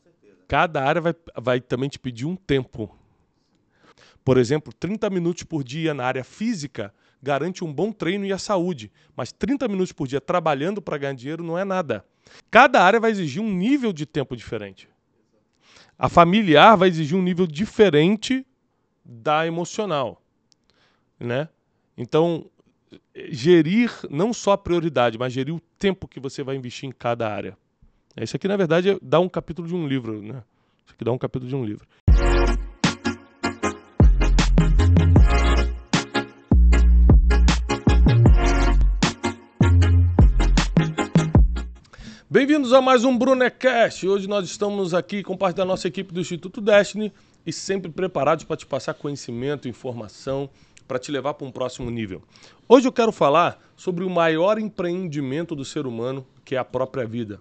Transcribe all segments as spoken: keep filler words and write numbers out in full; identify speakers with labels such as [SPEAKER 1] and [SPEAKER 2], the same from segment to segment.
[SPEAKER 1] Cada área vai, vai também te pedir um tempo. Por exemplo, trinta minutos por dia na área física garante um bom treino e a saúde. Mas trinta minutos por dia trabalhando para ganhar dinheiro não é nada. Cada área vai exigir um nível de tempo diferente. A familiar vai exigir um nível diferente da emocional, né? Então, gerir não só a prioridade, mas gerir o tempo que você vai investir em cada área. Isso aqui, na verdade, dá um capítulo de um livro, né? Isso aqui dá um capítulo de um livro. Bem-vindos a mais um Brunecast. Hoje nós estamos aqui com parte da nossa equipe do Instituto Destiny e sempre preparados para te passar conhecimento, informação, para te levar para um próximo nível. Hoje eu quero falar sobre o maior empreendimento do ser humano, que é a própria vida.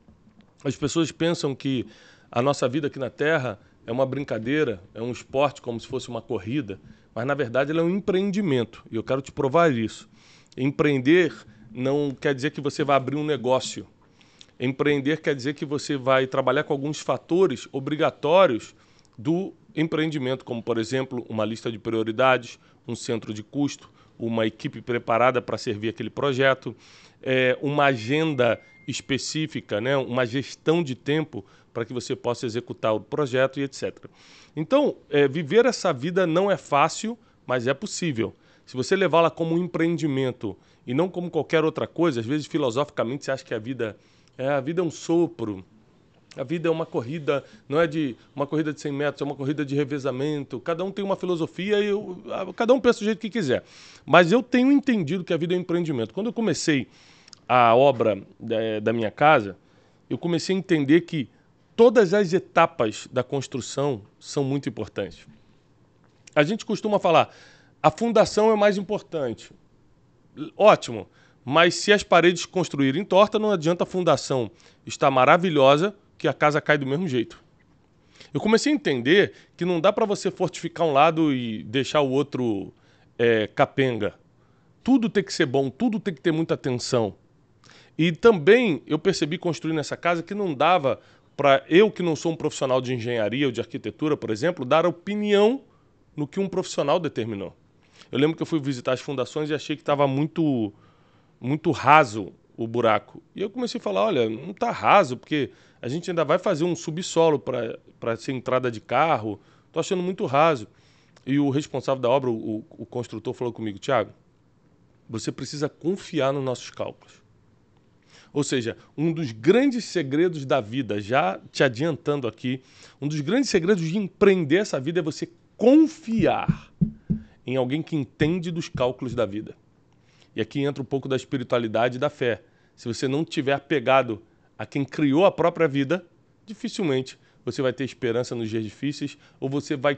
[SPEAKER 1] As pessoas pensam que a nossa vida aqui na Terra é uma brincadeira, é um esporte como se fosse uma corrida, mas na verdade ela é um empreendimento e eu quero te provar isso. Empreender não quer dizer que você vai abrir um negócio. Empreender quer dizer que você vai trabalhar com alguns fatores obrigatórios do empreendimento, como, por exemplo, uma lista de prioridades, um centro de custo, uma equipe preparada para servir aquele projeto, é, uma agenda específica, né, uma gestão de tempo para que você possa executar o projeto e etcétera. Então, é, viver essa vida não é fácil, mas é possível. Se você levá-la como um empreendimento e não como qualquer outra coisa, às vezes filosoficamente você acha que a vida... É, a vida é um sopro, a vida é uma corrida, não é de uma corrida de cem metros, é uma corrida de revezamento. Cada um tem uma filosofia e eu, cada um pensa do jeito que quiser. Mas eu tenho entendido que a vida é um empreendimento. Quando eu comecei a obra é, da minha casa, eu comecei a entender que todas as etapas da construção são muito importantes. A gente costuma falar, a fundação é o mais importante. Ótimo. Mas se as paredes construírem torta, não adianta a fundação estar maravilhosa que a casa cai do mesmo jeito. Eu comecei a entender que não dá para você fortificar um lado e deixar o outro é, capenga. Tudo tem que ser bom, tudo tem que ter muita atenção. E também eu percebi construindo essa casa que não dava para eu, que não sou um profissional de engenharia ou de arquitetura, por exemplo, dar opinião no que um profissional determinou. Eu lembro que eu fui visitar as fundações e achei que estava muito... muito raso o buraco. E eu comecei a falar, olha, não está raso, porque a gente ainda vai fazer um subsolo para ser entrada de carro, estou achando muito raso. E o responsável da obra, o, o construtor, falou comigo, Thiago, você precisa confiar nos nossos cálculos. Ou seja, um dos grandes segredos da vida, já te adiantando aqui, um dos grandes segredos de empreender essa vida é você confiar em alguém que entende dos cálculos da vida. E aqui entra um pouco da espiritualidade e da fé. Se você não estiver apegado a quem criou a própria vida, dificilmente você vai ter esperança nos dias difíceis ou você vai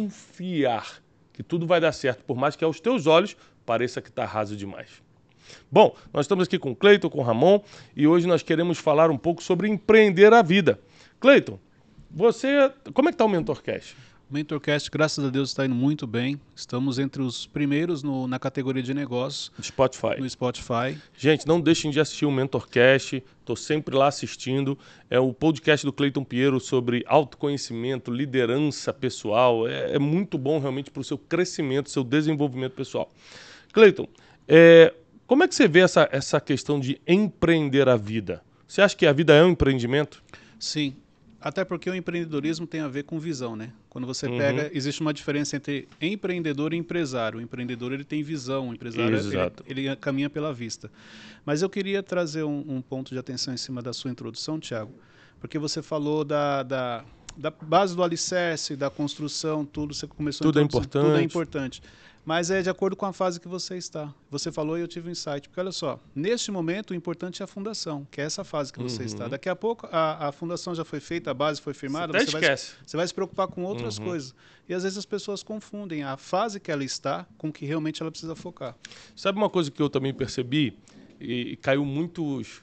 [SPEAKER 1] confiar que tudo vai dar certo, por mais que aos teus olhos pareça que está raso demais. Bom, nós estamos aqui com o Cleiton, com o Ramon, e hoje nós queremos falar um pouco sobre empreender a vida. Cleiton, você, como é que está o MentorCast?
[SPEAKER 2] O MentorCast, graças a Deus, está indo muito bem. Estamos entre os primeiros no, na categoria de negócios.
[SPEAKER 1] Spotify.
[SPEAKER 2] No Spotify.
[SPEAKER 1] Gente, não deixem de assistir o MentorCast. Estou sempre lá assistindo. É o podcast do Cleiton Piero sobre autoconhecimento, liderança pessoal. É, é muito bom realmente para o seu crescimento, seu desenvolvimento pessoal. Cleiton, é, como é que você vê essa, essa questão de empreender a vida? Você acha que a vida é um empreendimento?
[SPEAKER 2] Sim. Até porque o empreendedorismo tem a ver com visão, né? Quando você
[SPEAKER 1] Uhum.
[SPEAKER 2] pega, existe uma diferença entre empreendedor e empresário. O empreendedor ele tem visão, o empresário
[SPEAKER 1] Exato.
[SPEAKER 2] ele, ele caminha pela vista. Mas eu queria trazer um, um ponto de atenção em cima da sua introdução, Thiago, porque você falou da, da, da base do alicerce, da construção, tudo, você começou
[SPEAKER 1] Tudo
[SPEAKER 2] a
[SPEAKER 1] é importante.
[SPEAKER 2] Tudo é importante. Mas é de acordo com a fase que você está. Você falou e eu tive um insight. Porque olha só, neste momento o importante é a fundação, que é essa fase que você
[SPEAKER 1] Uhum.
[SPEAKER 2] está. Daqui a pouco a, a fundação já foi feita, a base foi firmada,
[SPEAKER 1] Você
[SPEAKER 2] você vai,
[SPEAKER 1] esquece.
[SPEAKER 2] você vai se preocupar com outras
[SPEAKER 1] Uhum.
[SPEAKER 2] coisas. E às vezes as pessoas confundem a fase que ela está com o que realmente ela precisa focar.
[SPEAKER 1] Sabe uma coisa que eu também percebi? E, e caiu muitos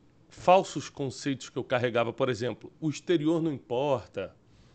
[SPEAKER 1] falsos conceitos que eu carregava. Por exemplo, o exterior não importa.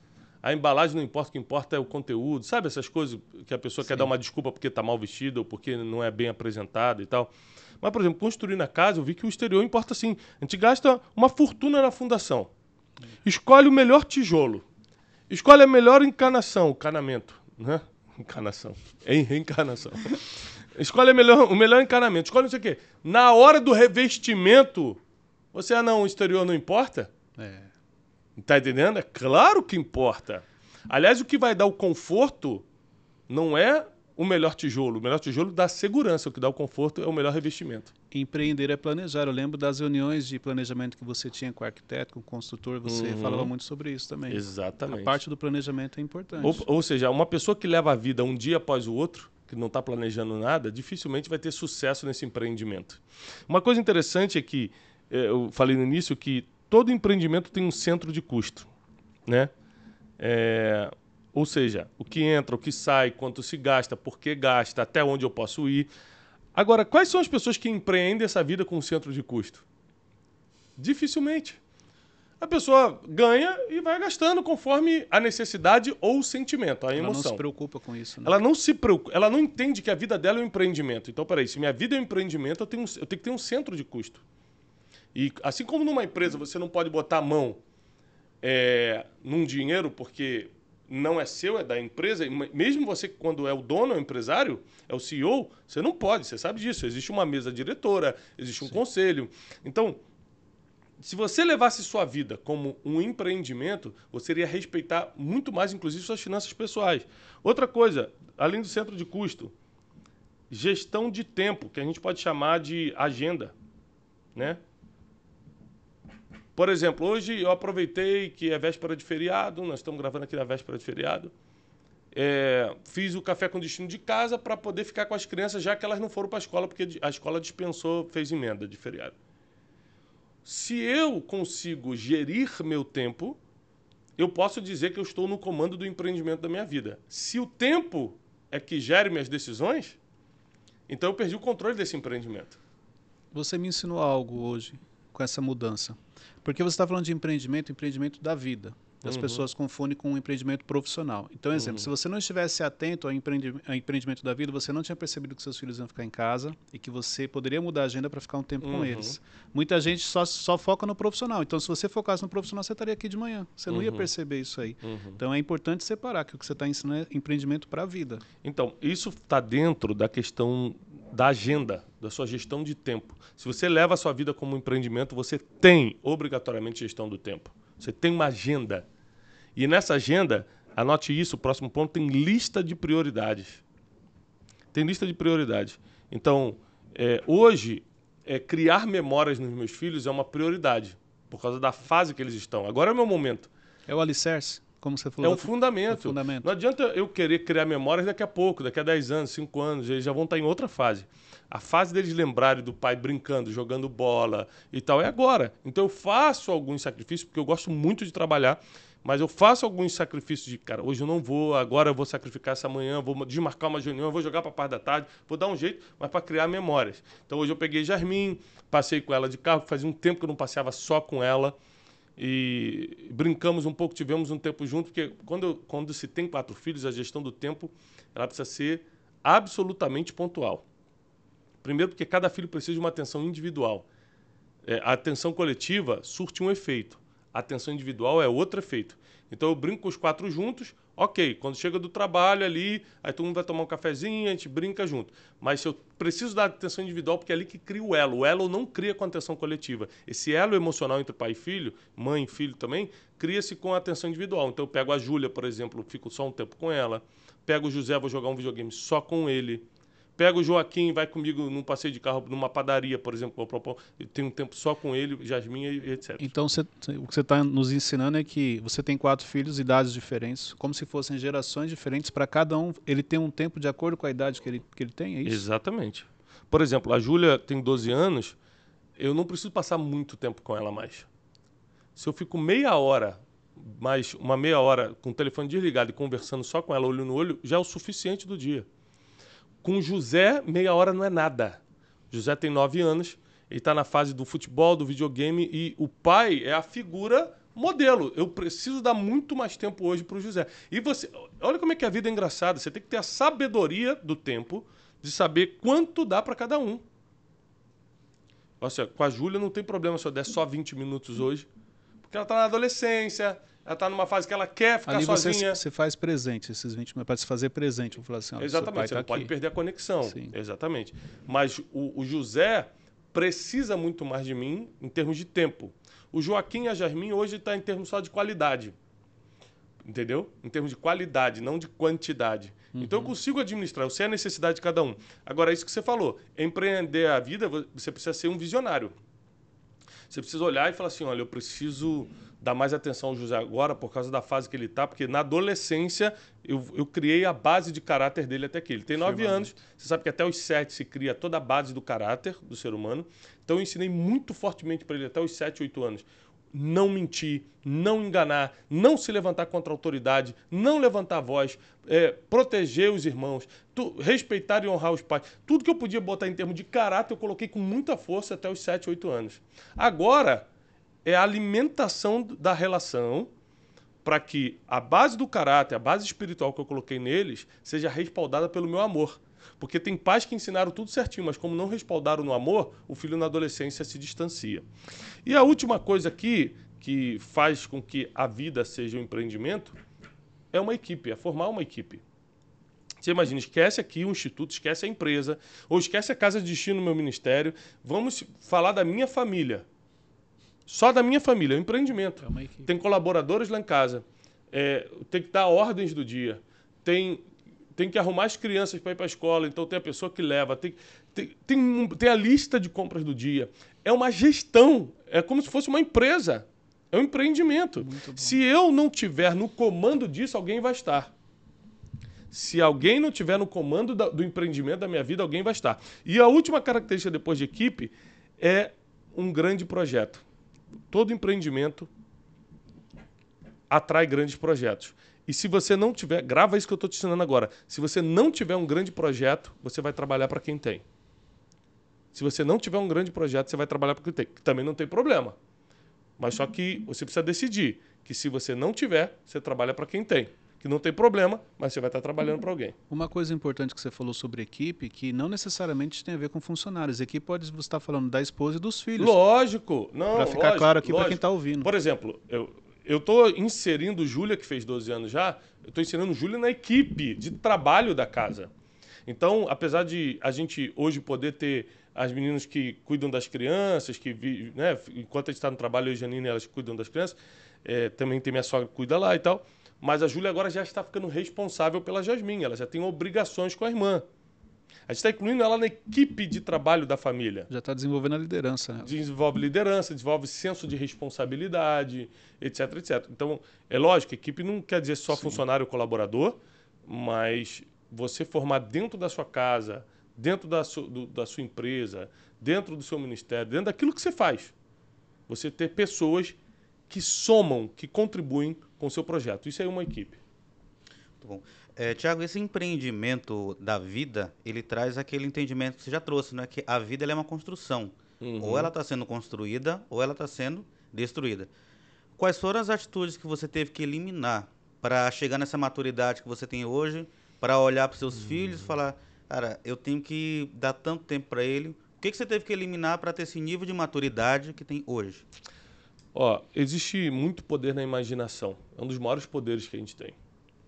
[SPEAKER 1] A embalagem não importa, o que importa é o conteúdo. Sabe essas coisas que a pessoa
[SPEAKER 2] Sim.
[SPEAKER 1] quer dar uma desculpa porque está mal vestida ou porque não é bem apresentada e tal. Mas, por exemplo, construir na casa, eu vi que o exterior importa sim. A gente gasta uma fortuna na fundação. Escolhe o melhor tijolo. Escolhe a melhor encanação, encanamento, né? Encanação. Em reencarnação. Escolhe a melhor, o melhor encanamento. Escolhe não sei o quê. Na hora do revestimento, você, ah não, o exterior não importa?
[SPEAKER 2] É.
[SPEAKER 1] Tá entendendo? É claro que importa. Aliás, o que vai dar o conforto não é o melhor tijolo. O melhor tijolo dá segurança. O que dá o conforto é o melhor revestimento.
[SPEAKER 2] Empreender é planejar. Eu lembro das reuniões de planejamento que você tinha com o arquiteto, com o construtor, você uhum. falava muito sobre isso também.
[SPEAKER 1] Exatamente.
[SPEAKER 2] A parte do planejamento é importante.
[SPEAKER 1] Ou, ou seja, uma pessoa que leva a vida um dia após o outro, que não está planejando nada, dificilmente vai ter sucesso nesse empreendimento. Uma coisa interessante é que, eu falei no início, que todo empreendimento tem um centro de custo, né? É... Ou seja, o que entra, o que sai, quanto se gasta, por que gasta, até onde eu posso ir. Agora, quais são as pessoas que empreendem essa vida com centro de custo? Dificilmente. A pessoa ganha e vai gastando conforme a necessidade ou o sentimento, a emoção.
[SPEAKER 2] Ela não se preocupa com isso, né?
[SPEAKER 1] Ela não se preocupa, ela não entende que a vida dela é um empreendimento. Então, peraí, se minha vida é um empreendimento, eu tenho, eu tenho que ter um centro de custo. E assim como numa empresa você não pode botar a mão é, num dinheiro porque não é seu, é da empresa, mesmo você quando é o dono, é o empresário, é o C E O, você não pode, você sabe disso. Existe uma mesa diretora, existe um Sim. conselho. Então, se você levasse sua vida como um empreendimento, você iria respeitar muito mais, inclusive, suas finanças pessoais. Outra coisa, além do centro de custo, gestão de tempo, que a gente pode chamar de agenda, né? Por exemplo, hoje eu aproveitei que é véspera de feriado, nós estamos gravando aqui na véspera de feriado, é, fiz o café com destino de casa para poder ficar com as crianças, já que elas não foram para a escola, porque a escola dispensou, fez emenda de feriado. Se eu consigo gerir meu tempo, eu posso dizer que eu estou no comando do empreendimento da minha vida. Se o tempo é que gere minhas decisões, então eu perdi o controle desse empreendimento.
[SPEAKER 2] Você me ensinou algo hoje com essa mudança. Porque você está falando de empreendimento, empreendimento da vida. As uhum. pessoas confundem com um empreendimento profissional. Então, exemplo, uhum. se você não estivesse atento ao empreendimento, ao empreendimento da vida, você não tinha percebido que seus filhos iam ficar em casa e que você poderia mudar a agenda para ficar um tempo uhum. com eles. Muita gente só, só foca no profissional. Então, se você focasse no profissional, você estaria aqui de manhã. Você não uhum. ia perceber isso aí. Uhum. Então, é importante separar que o que você está ensinando é empreendimento para a vida.
[SPEAKER 1] Então, isso está dentro da questão da agenda, da sua gestão de tempo. Se você leva a sua vida como um empreendimento, você tem obrigatoriamente gestão do tempo. Você tem uma agenda. E nessa agenda, anote isso, o próximo ponto, tem lista de prioridades. Tem lista de prioridades. Então, é, hoje, é, criar memórias nos meus filhos é uma prioridade, por causa da fase que eles estão. Agora é o meu momento.
[SPEAKER 2] É o alicerce, como você falou.
[SPEAKER 1] É um fundamento.
[SPEAKER 2] É fundamento.
[SPEAKER 1] Não adianta eu querer criar memórias daqui a pouco, daqui a dez anos, cinco anos, eles já vão estar em outra fase. A fase deles lembrarem do pai brincando, jogando bola e tal, é agora. Então eu faço alguns sacrifícios, porque eu gosto muito de trabalhar, mas eu faço alguns sacrifícios de, cara, hoje eu não vou, agora eu vou sacrificar essa manhã, vou desmarcar uma reunião, vou jogar para a parte da tarde, vou dar um jeito, mas para criar memórias. Então hoje eu peguei Jasmin, passei com ela de carro, fazia um tempo que eu não passeava só com ela, e brincamos um pouco, tivemos um tempo junto, porque quando, quando se tem quatro filhos, a gestão do tempo ela precisa ser absolutamente pontual. Primeiro porque cada filho precisa de uma atenção individual. É, a atenção coletiva surte um efeito. A atenção individual é outro efeito. Então eu brinco com os quatro juntos, ok. Quando chega do trabalho ali, aí todo mundo vai tomar um cafezinho, a gente brinca junto. Mas se eu preciso da atenção individual, porque é ali que cria o elo. O elo não cria com a atenção coletiva. Esse elo emocional entre pai e filho, mãe e filho também, cria-se com a atenção individual. Então eu pego a Júlia, por exemplo, fico só um tempo com ela. Pego o José, vou jogar um videogame só com ele. Pega o Joaquim, vai comigo num passeio de carro, numa padaria, por exemplo, vou propor, eu tenho um tempo só com ele, Jasmin e etcétera.
[SPEAKER 2] Então, cê, o que você está nos ensinando é que você tem quatro filhos, idades diferentes, como se fossem gerações diferentes, para cada um, ele tem um tempo de acordo com a idade que ele, que ele tem, é isso?
[SPEAKER 1] Exatamente. Por exemplo, a Júlia tem doze anos, eu não preciso passar muito tempo com ela mais. Se eu fico meia hora, mais uma meia hora com o telefone desligado e conversando só com ela, olho no olho, já é o suficiente do dia. Com o José, meia hora não é nada. José tem nove anos, ele está na fase do futebol, do videogame, e o pai é a figura modelo. Eu preciso dar muito mais tempo hoje para o José. E você, olha como é que a vida é engraçada. Você tem que ter a sabedoria do tempo de saber quanto dá para cada um. Ou seja, com a Júlia não tem problema se eu der só vinte minutos hoje, Porque ela está na adolescência, ela está numa fase que ela quer ficar
[SPEAKER 2] Ali
[SPEAKER 1] sozinha.
[SPEAKER 2] você, você faz presente, esses vinte mil para se fazer presente. Vou falar assim, ó,
[SPEAKER 1] Exatamente, você
[SPEAKER 2] tá
[SPEAKER 1] não pode
[SPEAKER 2] aqui.
[SPEAKER 1] perder a conexão.
[SPEAKER 2] Sim.
[SPEAKER 1] Exatamente. Mas o, o José precisa muito mais de mim em termos de tempo. O Joaquim e a Jasmine hoje está em termos só de qualidade. Entendeu? Em termos de qualidade, não de quantidade. Uhum. Então eu consigo administrar, eu sei a necessidade de cada um. Agora, é isso que você falou. Empreender a vida, você precisa ser um visionário. Você precisa olhar e falar assim, olha, eu preciso dar mais atenção ao José agora por causa da fase que ele está, porque na adolescência eu, eu criei a base de caráter dele até aqui. Ele tem nove anos, você sabe que até os sete se cria toda a base do caráter do ser humano. Então eu ensinei muito fortemente para ele até os sete, oito anos. Não mentir, não enganar, não se levantar contra a autoridade, não levantar a voz, é, proteger os irmãos, tu, respeitar e honrar os pais. Tudo que eu podia botar em termos de caráter, eu coloquei com muita força até os sete, oito anos. Agora, é a alimentação da relação para que a base do caráter, a base espiritual que eu coloquei neles, seja respaldada pelo meu amor. Porque tem pais que ensinaram tudo certinho, mas como não respaldaram no amor, o filho na adolescência se distancia. E a última coisa aqui, que faz com que a vida seja um empreendimento, é uma equipe, é formar uma equipe. Você imagina, esquece aqui o instituto, esquece a empresa, ou esquece a casa de destino no meu ministério, vamos falar da minha família. Só da minha família, é um empreendimento. É uma equipe. Tem colaboradores lá em casa, é, tem que dar ordens do dia, tem... tem que arrumar as crianças para ir para a escola, então tem a pessoa que leva, tem, tem, tem, tem a lista de compras do dia. É uma gestão, é como se fosse uma empresa, é um empreendimento. Se eu não tiver no comando disso, alguém vai estar. Se alguém não tiver no comando da, do empreendimento da minha vida, alguém vai estar. E a última característica depois de equipe é um grande projeto. Todo empreendimento atrai grandes projetos. E se você não tiver, grava isso que eu estou te ensinando agora, se você não tiver um grande projeto, você vai trabalhar para quem tem. Se você não tiver um grande projeto, você vai trabalhar para quem tem, que também não tem problema. Mas só que você precisa decidir que se você não tiver, você trabalha para quem tem. Que não tem problema, mas você vai estar trabalhando para alguém.
[SPEAKER 2] Uma coisa importante que você falou sobre equipe, que não necessariamente tem a ver com funcionários. Equipe pode você estar falando da esposa e dos filhos.
[SPEAKER 1] Lógico. Não,
[SPEAKER 2] para ficar
[SPEAKER 1] lógico,
[SPEAKER 2] claro aqui para quem
[SPEAKER 1] lógico.
[SPEAKER 2] está ouvindo.
[SPEAKER 1] Por exemplo, eu... Eu estou inserindo Júlia, que fez doze anos já, eu estou inserindo Júlia na equipe de trabalho da casa. Então, apesar de a gente hoje poder ter as meninas que cuidam das crianças, que né, enquanto a gente está no trabalho, eu e a Janine, elas cuidam das crianças, é, também tem minha sogra que cuida lá e tal, mas a Júlia agora já está ficando responsável pela Jasmine, ela já tem obrigações com a irmã. A gente está incluindo ela na equipe de trabalho da família.
[SPEAKER 2] Já está desenvolvendo a liderança. Né?
[SPEAKER 1] Desenvolve liderança, desenvolve senso de responsabilidade, etc, etcétera. Então, é lógico, equipe não quer dizer só Sim. funcionário ou colaborador, mas você formar dentro da sua casa, dentro da, su, do, da sua empresa, dentro do seu ministério, dentro daquilo que você faz. Você ter pessoas que somam, que contribuem com o seu projeto. Isso é uma equipe.
[SPEAKER 3] Muito bom. É, Tiago, esse empreendimento da vida, ele traz aquele entendimento que você já trouxe, né? Que a vida ela é uma construção. Uhum. Ou ela está sendo construída, ou ela está sendo destruída. Quais foram as atitudes que você teve que eliminar para chegar nessa maturidade que você tem hoje, para olhar para os seus uhum. filhos e falar, cara, eu tenho que dar tanto tempo para ele. O que, que você teve que eliminar para ter esse nível de maturidade que tem hoje?
[SPEAKER 1] Ó, existe muito poder na imaginação. É um dos maiores poderes que a gente tem.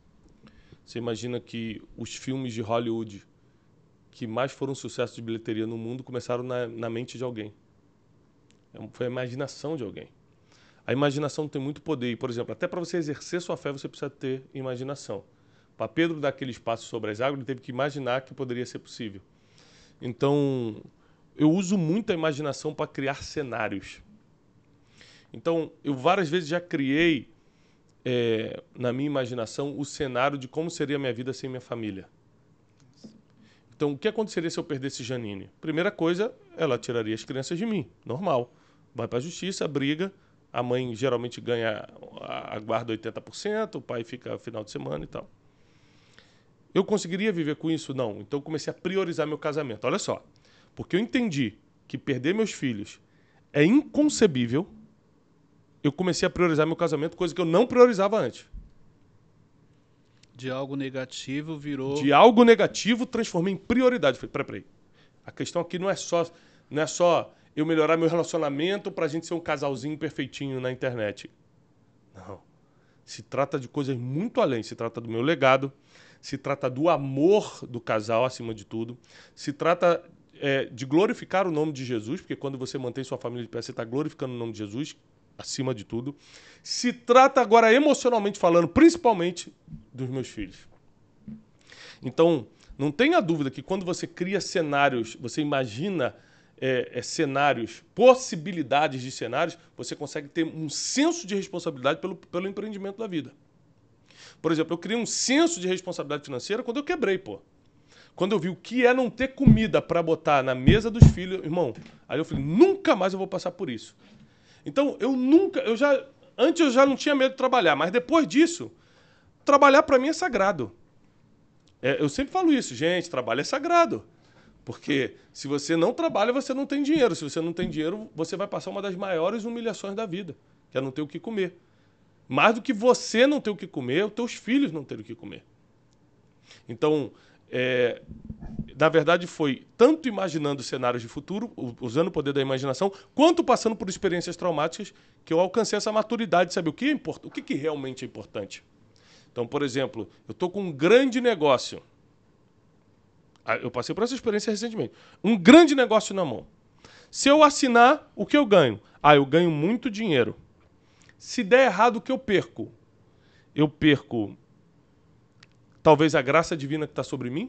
[SPEAKER 1] Você imagina que os filmes de Hollywood que mais foram sucesso de bilheteria no mundo começaram na, na mente de alguém. Foi a imaginação de alguém. A imaginação tem muito poder. E, por exemplo, até para você exercer sua fé, você precisa ter imaginação. Para Pedro dar aquele espaço sobre as águas, ele teve que imaginar que poderia ser possível. Então, eu uso muito a imaginação para criar cenários. Então, eu várias vezes já criei É, na minha imaginação, o cenário de como seria a minha vida sem minha família. Então, o que aconteceria se eu perdesse Janine? Primeira coisa, ela tiraria as crianças de mim, normal. Vai para a justiça, briga, a mãe geralmente ganha a guarda oitenta por cento, o pai fica final de semana e tal. Eu conseguiria viver com isso? Não. Então, eu comecei a priorizar meu casamento. Olha só, porque eu entendi que perder meus filhos é inconcebível, eu comecei a priorizar meu casamento, coisa que eu não priorizava antes.
[SPEAKER 2] De algo negativo virou...
[SPEAKER 1] De algo negativo, transformei em prioridade. Falei, peraí, peraí. A questão aqui não é só, não é só eu melhorar meu relacionamento para a gente ser um casalzinho perfeitinho na internet. Não. Se trata de coisas muito além. Se trata do meu legado, se trata do amor do casal acima de tudo, se trata é, de glorificar o nome de Jesus, porque quando você mantém sua família de pé, você está glorificando o nome de Jesus acima de tudo. Se trata agora, emocionalmente falando, principalmente dos meus filhos. Então, não tenha dúvida que quando você cria cenários, você imagina é, é, cenários, possibilidades de cenários, você consegue ter um senso de responsabilidade pelo, pelo empreendimento da vida. Por exemplo, eu criei um senso de responsabilidade financeira quando eu quebrei, pô. Quando eu vi o que é não ter comida para botar na mesa dos filhos, irmão, aí eu falei, nunca mais eu vou passar por isso. Então, eu nunca, eu já, antes eu já não tinha medo de trabalhar, mas depois disso, trabalhar para mim é sagrado. É, eu sempre falo isso, gente, trabalho é sagrado. Porque se você não trabalha, você não tem dinheiro. Se você não tem dinheiro, você vai passar uma das maiores humilhações da vida, que é não ter o que comer. Mais do que você não ter o que comer, os teus filhos não terem o que comer. Então, é, na verdade, foi tanto imaginando cenários de futuro, usando o poder da imaginação, quanto passando por experiências traumáticas, que eu alcancei essa maturidade de saber o que é importante, o que, que realmente é importante. Então, por exemplo, eu estou com um grande negócio. Eu passei por essa experiência recentemente. Um grande negócio na mão. Se eu assinar, o que eu ganho? Ah, eu ganho muito dinheiro. Se der errado, o que eu perco? Eu perco talvez a graça divina que está sobre mim.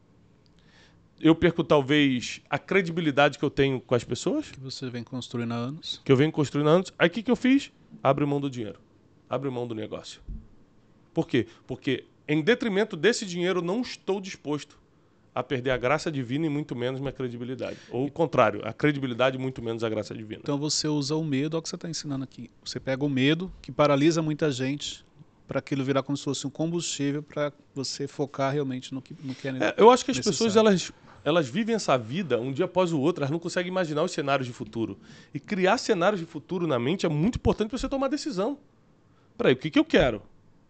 [SPEAKER 1] Eu perco talvez a credibilidade que eu tenho com as pessoas.
[SPEAKER 2] Que você vem construindo há anos.
[SPEAKER 1] Que eu venho construindo há anos. Aí o que, que eu fiz? Abre mão do dinheiro. Abre mão do negócio. Por quê? Porque em detrimento desse dinheiro eu não estou disposto a perder a graça divina e muito menos minha credibilidade. Ou o contrário, a credibilidade e muito menos a graça divina.
[SPEAKER 2] Então você usa o medo, é o que você está ensinando aqui. Você pega o medo, que paralisa muita gente, para aquilo virar como se fosse um combustível para você focar realmente no que, no que é necessário.
[SPEAKER 1] É, eu acho que as pessoas, elas, elas vivem essa vida um dia após o outro, elas não conseguem imaginar os cenários de futuro. E criar cenários de futuro na mente é muito importante para você tomar decisão. Peraí, o que, que eu quero?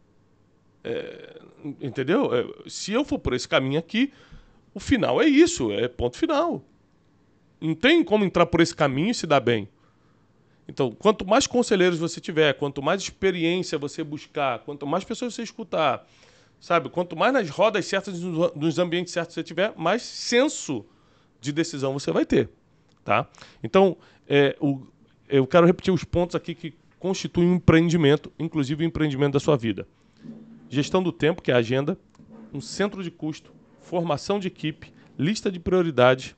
[SPEAKER 1] É, entendeu? É, se eu for por esse caminho aqui, o final é isso, é ponto final. Não tem como entrar por esse caminho e se dar bem. Então, quanto mais conselheiros você tiver, quanto mais experiência você buscar, quanto mais pessoas você escutar, sabe? Quanto mais nas rodas certas, nos ambientes certos você tiver, mais senso de decisão você vai ter, tá? Então, é, o, eu quero repetir os pontos aqui que constituem um empreendimento, inclusive o empreendimento da sua vida. Gestão do tempo, que é a agenda, um centro de custo, formação de equipe, lista de prioridades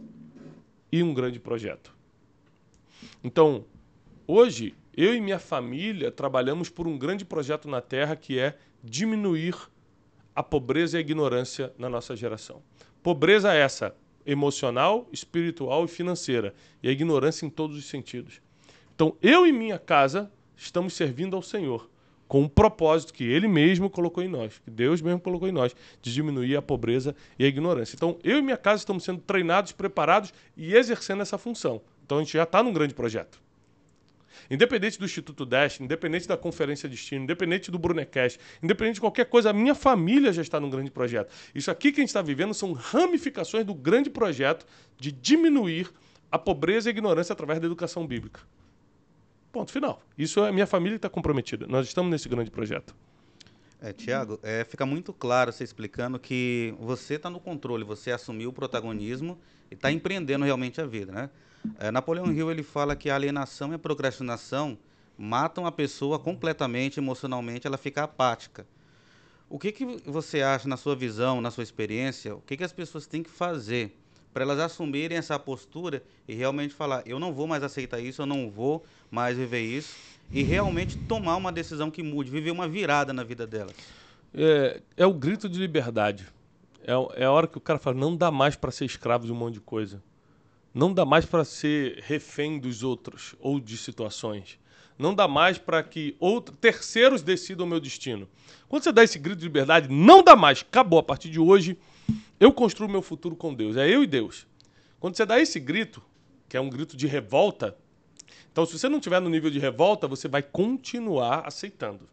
[SPEAKER 1] e um grande projeto. Então, hoje, eu e minha família trabalhamos por um grande projeto na Terra que é diminuir a pobreza e a ignorância na nossa geração. Pobreza essa, emocional, espiritual e financeira, e a ignorância em todos os sentidos. Então, eu e minha casa estamos servindo ao Senhor, com um propósito que Ele mesmo colocou em nós, que Deus mesmo colocou em nós, de diminuir a pobreza e a ignorância. Então, eu e minha casa estamos sendo treinados, preparados e exercendo essa função. Então, a gente já está num grande projeto. Independente do Instituto Destiny, independente da Conferência Destino, independente do Brunecast, independente de qualquer coisa, a minha família já está num grande projeto. Isso aqui que a gente está vivendo são ramificações do grande projeto de diminuir a pobreza e a ignorância através da educação bíblica. Ponto final. Isso é a minha família que está comprometida. Nós estamos nesse grande projeto.
[SPEAKER 3] É, Tiago, é, fica muito claro você explicando que você está no controle, você assumiu o protagonismo e está empreendendo realmente a vida, né? É, Napoleão Hill ele fala que a alienação e a procrastinação matam a pessoa completamente, emocionalmente, ela fica apática. O que, que você acha, na sua visão, na sua experiência, o que, que as pessoas têm que fazer para elas assumirem essa postura e realmente falar, eu não vou mais aceitar isso, eu não vou mais viver isso, e realmente tomar uma decisão que mude, viver uma virada na vida delas?
[SPEAKER 1] É, é o grito de liberdade. É, é a hora que o cara fala, não dá mais para ser escravo de um monte de coisa. Não dá mais para ser refém dos outros ou de situações. Não dá mais para que outros, terceiros decidam o meu destino. Quando você dá esse grito de liberdade, não dá mais. Acabou. A partir de hoje, eu construo meu futuro com Deus. É eu e Deus. Quando você dá esse grito, que é um grito de revolta, então se você não estiver no nível de revolta, você vai continuar aceitando.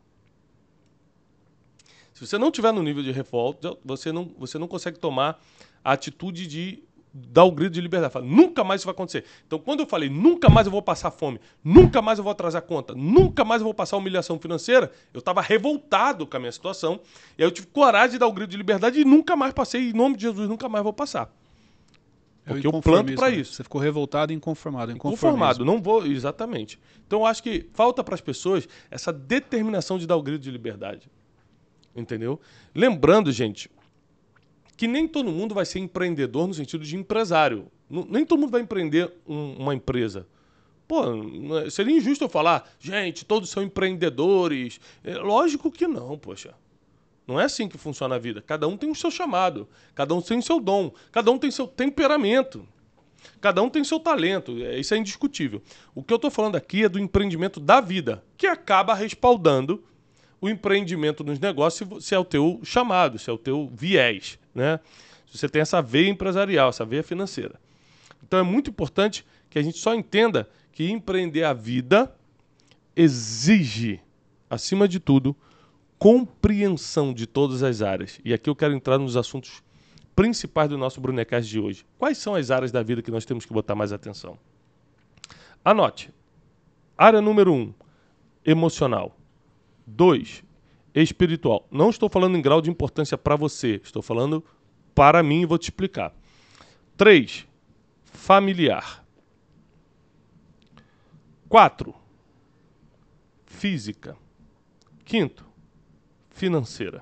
[SPEAKER 1] Se você não estiver no nível de revolta, você não, você não consegue tomar a atitude de dá o grito de liberdade. Fala, nunca mais isso vai acontecer. Então, quando eu falei, nunca mais eu vou passar fome, nunca mais eu vou atrasar conta, nunca mais eu vou passar humilhação financeira, eu estava revoltado com a minha situação. E aí eu tive coragem de dar o grito de liberdade e nunca mais passei. Em nome de Jesus, nunca mais vou passar. Porque eu planto para isso.
[SPEAKER 2] Você ficou revoltado e inconformado.
[SPEAKER 1] Inconformado, não vou, exatamente. Então eu acho que falta para as pessoas essa determinação de dar o grito de liberdade. Entendeu? Lembrando, gente, que nem todo mundo vai ser empreendedor no sentido de empresário. Nem todo mundo vai empreender um, uma empresa. Pô, seria injusto eu falar, gente, todos são empreendedores. É, lógico que não, poxa. Não é assim que funciona a vida. Cada um tem o seu chamado, cada um tem o seu dom, cada um tem seu temperamento, cada um tem seu talento. Isso é indiscutível. O que eu estou falando aqui é do empreendimento da vida, que acaba respaldando o empreendimento nos negócios se é o teu chamado, se é o teu viés, né? Se você tem essa veia empresarial, essa veia financeira. Então é muito importante que a gente só entenda que empreender a vida exige, acima de tudo, compreensão de todas as áreas. E aqui eu quero entrar nos assuntos principais do nosso Brunecast de hoje. Quais são as áreas da vida que nós temos que botar mais atenção? Anote. Área número um, emocional. Dois, espiritual. Não estou falando em grau de importância para você. Estou falando para mim e vou te explicar. Três, familiar. Quatro, física. Quinto, financeira.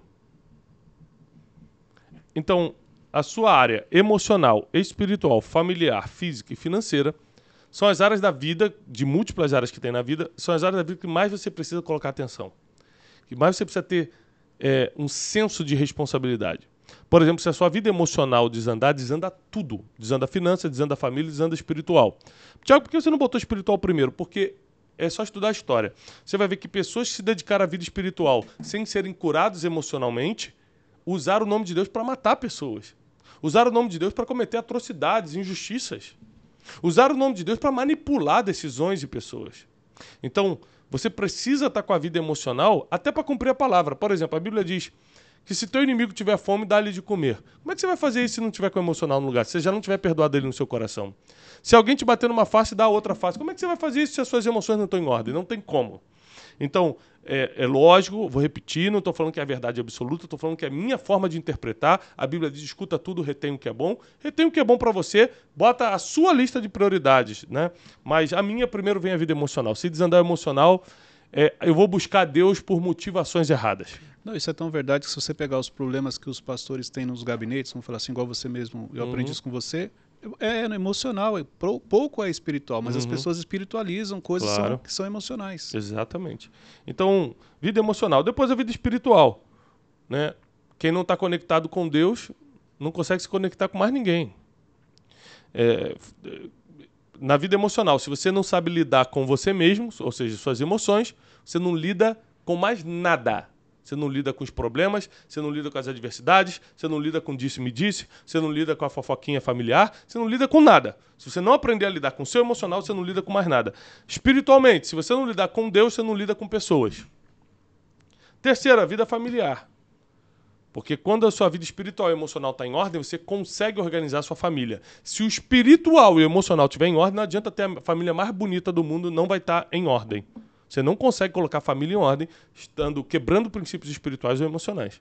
[SPEAKER 1] Então, a sua área emocional, espiritual, familiar, física e financeira são as áreas da vida, de múltiplas áreas que tem na vida, são as áreas da vida que mais você precisa colocar atenção. Que mais você precisa ter é, um senso de responsabilidade. Por exemplo, se a sua vida emocional desandar, desanda tudo. Desanda a finança, desanda a família, desanda a espiritual. Tiago, por que você não botou espiritual primeiro? Porque é só estudar a história. Você vai ver que pessoas que se dedicaram à vida espiritual sem serem curados emocionalmente, usaram o nome de Deus para matar pessoas. Usaram o nome de Deus para cometer atrocidades, injustiças. Usaram o nome de Deus para manipular decisões de pessoas. Então, você precisa estar com a vida emocional até para cumprir a palavra. Por exemplo, a Bíblia diz que se teu inimigo tiver fome, dá-lhe de comer. Como é que você vai fazer isso se não tiver com o emocional no lugar? Se você já não tiver perdoado ele no seu coração? Se alguém te bater numa face, dá a outra face. Como é que você vai fazer isso se as suas emoções não estão em ordem? Não tem como. Então, é, é lógico, vou repetir, não estou falando que é a verdade absoluta, estou falando que é a minha forma de interpretar. A Bíblia diz, escuta tudo, retém o que é bom. Retém o que é bom para você, bota a sua lista de prioridades, né? Mas a minha primeiro vem a vida emocional. Se desandar emocional, é, eu vou buscar Deus por motivações erradas.
[SPEAKER 2] Não, isso é tão verdade que se você pegar os problemas que os pastores têm nos gabinetes, vamos falar assim, igual você mesmo, eu uhum. aprendi isso com você, é, é emocional, é, pouco é espiritual, mas uhum. as pessoas espiritualizam coisas claro. são, que são emocionais.
[SPEAKER 1] Exatamente. Então, vida emocional. Depois a vida espiritual. Né? Quem não está conectado com Deus não consegue se conectar com mais ninguém. É, na vida emocional, se você não sabe lidar com você mesmo, ou seja, suas emoções, você não lida com mais nada. Você não lida com os problemas, você não lida com as adversidades, você não lida com disse-me-disse, você não lida com a fofoquinha familiar, você não lida com nada. Se você não aprender a lidar com o seu emocional, você não lida com mais nada. Espiritualmente, se você não lidar com Deus, você não lida com pessoas. Terceira, a vida familiar. Porque quando a sua vida espiritual e emocional está em ordem, você consegue organizar a sua família. Se o espiritual e o emocional estiver em ordem, não adianta ter a família mais bonita do mundo, não vai estar em ordem. Você não consegue colocar a família em ordem estando quebrando princípios espirituais ou emocionais.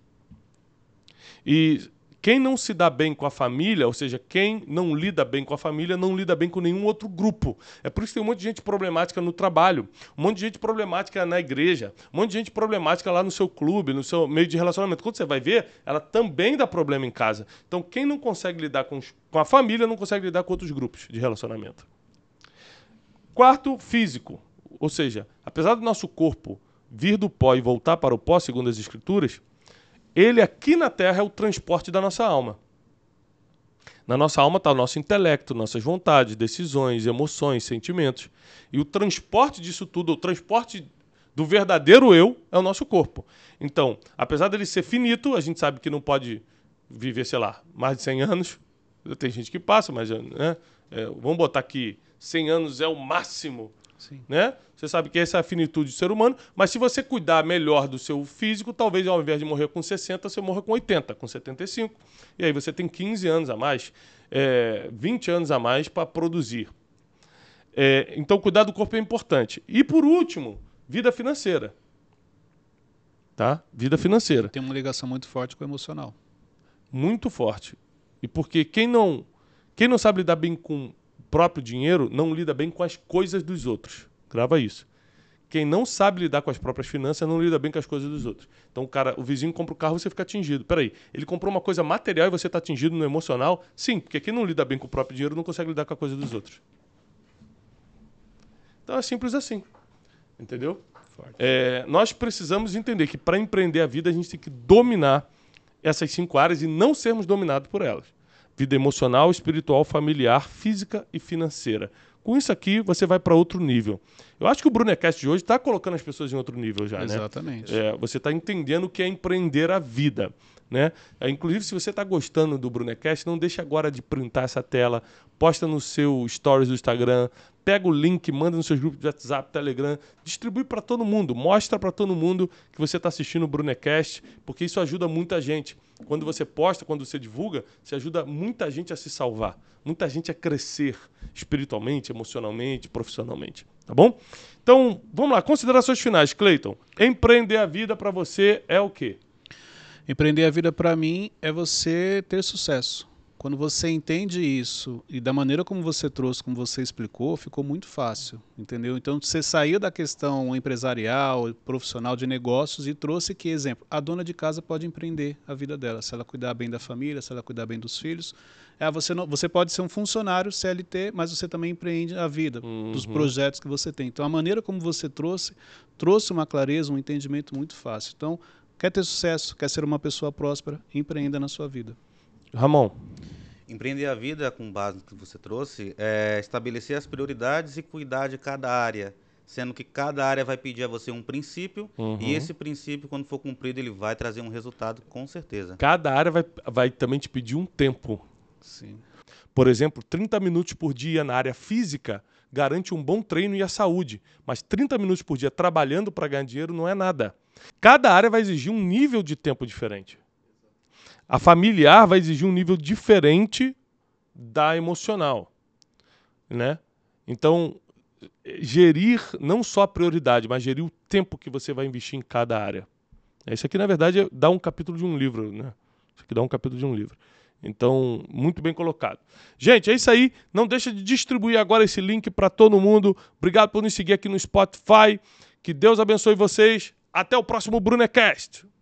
[SPEAKER 1] E quem não se dá bem com a família, ou seja, quem não lida bem com a família, não lida bem com nenhum outro grupo. É por isso que tem um monte de gente problemática no trabalho, um monte de gente problemática na igreja, um monte de gente problemática lá no seu clube, no seu meio de relacionamento. Quando você vai ver, ela também dá problema em casa. Então, quem não consegue lidar com, os, com a família, não consegue lidar com outros grupos de relacionamento. Quarto, físico. Ou seja, apesar do nosso corpo vir do pó e voltar para o pó, segundo as Escrituras, ele aqui na Terra é o transporte da nossa alma. Na nossa alma está o nosso intelecto, nossas vontades, decisões, emoções, sentimentos. E o transporte disso tudo, o transporte do verdadeiro eu, é o nosso corpo. Então, apesar dele ser finito, a gente sabe que não pode viver, sei lá, mais de cem anos. Tem gente que passa, mas né, é, vamos botar aqui, cem anos é o máximo. Sim. Né? Você sabe que essa é a finitude do ser humano, mas se você cuidar melhor do seu físico, talvez ao invés de morrer com sessenta, você morra com oitenta, com setenta e cinco. E aí você tem quinze anos a mais. é, vinte anos a mais para produzir. É, então, cuidar do corpo é importante. E, por último, vida financeira. Tá? Vida financeira.
[SPEAKER 2] Tem uma ligação muito forte com o emocional.
[SPEAKER 1] Muito forte. E porque quem não, quem não sabe lidar bem com o próprio dinheiro, não lida bem com as coisas dos outros. Grava isso. Quem não sabe lidar com as próprias finanças, não lida bem com as coisas dos outros. Então, o cara, o vizinho compra o carro e você fica atingido. Peraí, ele comprou uma coisa material e você está atingido no emocional? Sim, porque quem não lida bem com o próprio dinheiro não consegue lidar com a coisa dos outros. Então é simples assim, entendeu? É, nós precisamos entender que para empreender a vida a gente tem que dominar essas cinco áreas e não sermos dominados por elas. Vida emocional, espiritual, familiar, física e financeira. Com isso aqui você vai para outro nível. Eu acho que o Brunecast de hoje está colocando as pessoas em outro nível já,
[SPEAKER 2] Exatamente.
[SPEAKER 1] né? É, você está entendendo o que é empreender a vida. Né? É, inclusive, se você está gostando do Brunecast, não deixe agora de printar essa tela, posta no seu stories do Instagram, pega o link, manda nos seus grupos de WhatsApp, Telegram, distribui para todo mundo, mostra para todo mundo que você está assistindo o Brunecast, porque isso ajuda muita gente. Quando você posta, quando você divulga, você ajuda muita gente a se salvar, muita gente a crescer espiritualmente, emocionalmente, profissionalmente, tá bom? Então, vamos lá, considerações finais, Cleiton. Empreender a vida para você é o quê?
[SPEAKER 2] Empreender a vida para mim é você ter sucesso. Quando você entende isso e da maneira como você trouxe, como você explicou, ficou muito fácil, entendeu? Então você saiu da questão empresarial, profissional de negócios e trouxe que, exemplo, a dona de casa pode empreender a vida dela, se ela cuidar bem da família, se ela cuidar bem dos filhos. É, você, não, você pode ser um funcionário C L T, mas você também empreende a vida, uhum, dos projetos que você tem. Então a maneira como você trouxe, trouxe uma clareza, um entendimento muito fácil. Então, quer ter sucesso, quer ser uma pessoa próspera, empreenda na sua vida.
[SPEAKER 1] Ramon.
[SPEAKER 3] Empreender a vida, com base no que você trouxe, é estabelecer as prioridades e cuidar de cada área, sendo que cada área vai pedir a você um princípio, uhum, e esse princípio, quando for cumprido, ele vai trazer um resultado, com certeza.
[SPEAKER 1] Cada área vai, vai também te pedir um tempo.
[SPEAKER 2] Sim.
[SPEAKER 1] Por exemplo, trinta minutos por dia na área física garante um bom treino e a saúde, mas trinta minutos por dia trabalhando para ganhar dinheiro não é nada. Cada área vai exigir um nível de tempo diferente. A familiar vai exigir um nível diferente da emocional, né? Então, gerir não só a prioridade, mas gerir o tempo que você vai investir em cada área. Isso aqui, na verdade, dá um capítulo de um livro, né? Isso aqui dá um capítulo de um livro. Então, muito bem colocado. Gente, é isso aí. Não deixa de distribuir agora esse link para todo mundo. Obrigado por nos seguir aqui no Spotify. Que Deus abençoe vocês. Até o próximo Brunecast.